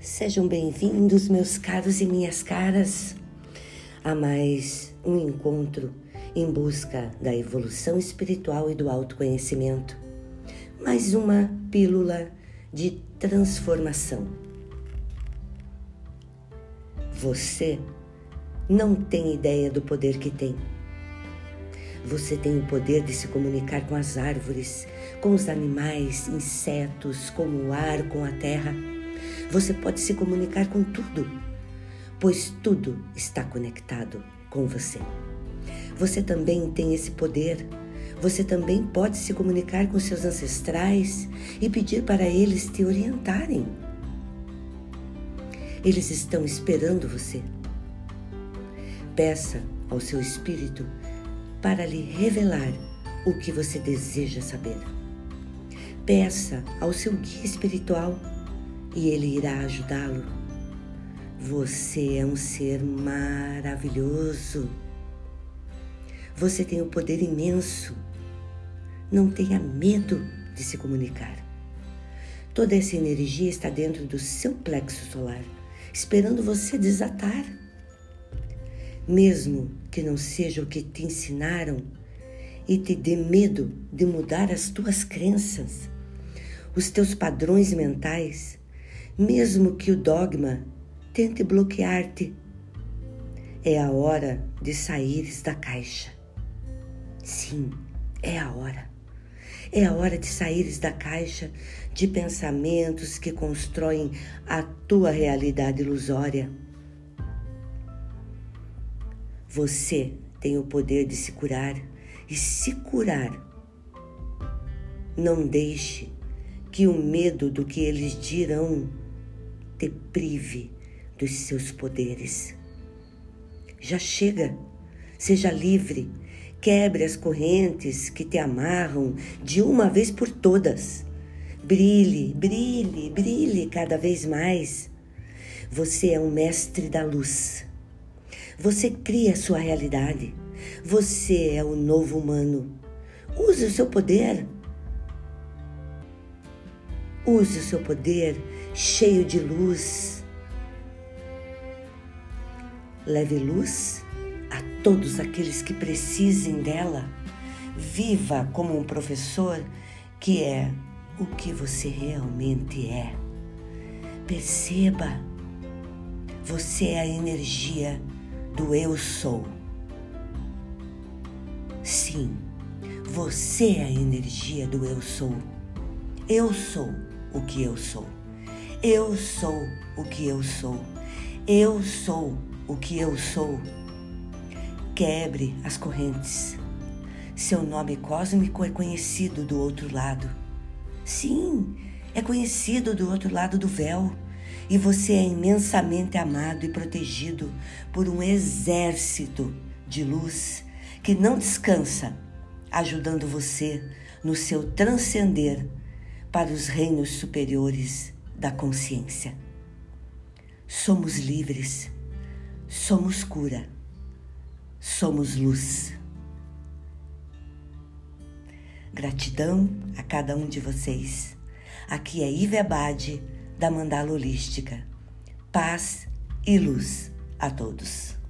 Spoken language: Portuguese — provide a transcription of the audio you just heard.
Sejam bem-vindos, meus caros e minhas caras, a mais um encontro em busca da evolução espiritual e do autoconhecimento. Mais uma pílula de transformação. Você não tem ideia do poder que tem. Você tem o poder de se comunicar com as árvores, com os animais, insetos, com o ar, com a terra. Você pode se comunicar com tudo, pois tudo está conectado com você. Você também tem esse poder. Você também pode se comunicar com seus ancestrais e pedir para eles te orientarem. Eles estão esperando você. Peça ao seu espírito para lhe revelar o que você deseja saber. Peça ao seu guia espiritual e ele irá ajudá-lo. Você é um ser maravilhoso. Você tem um poder imenso. Não tenha medo de se comunicar. Toda essa energia está dentro do seu plexo solar, esperando você desatar. Mesmo que não seja o que te ensinaram e te dê medo de mudar as tuas crenças, os teus padrões mentais, mesmo que o dogma tente bloquear-te, é a hora de saíres da caixa. Sim, é a hora. É a hora de saíres da caixa de pensamentos que constroem a tua realidade ilusória. Você tem o poder de se curar e se curar. Não deixe que o medo do que eles dirão te prive dos seus poderes. Já chega, seja livre, quebre as correntes que te amarram de uma vez por todas. Brilhe, brilhe, brilhe cada vez mais. Você é um mestre da luz. Você cria a sua realidade. Você é o novo humano. Use o seu poder. Use o seu poder cheio de luz. Leve luz a todos aqueles que precisem dela. Viva como um professor que é o que você realmente é. Perceba, você é a energia do eu sou. Sim, você é a energia do eu sou. Eu sou o que eu sou. Eu sou o que eu sou. Eu sou o que eu sou. Quebre as correntes. Seu nome cósmico é conhecido do outro lado. Sim, é conhecido do outro lado do véu. E você é imensamente amado e protegido por um exército de luz que não descansa, ajudando você no seu transcender para os reinos superiores da consciência. Somos livres, somos cura, somos luz. Gratidão a cada um de vocês. Aqui é Ive Abade, da Mandala Holística. Paz e luz a todos.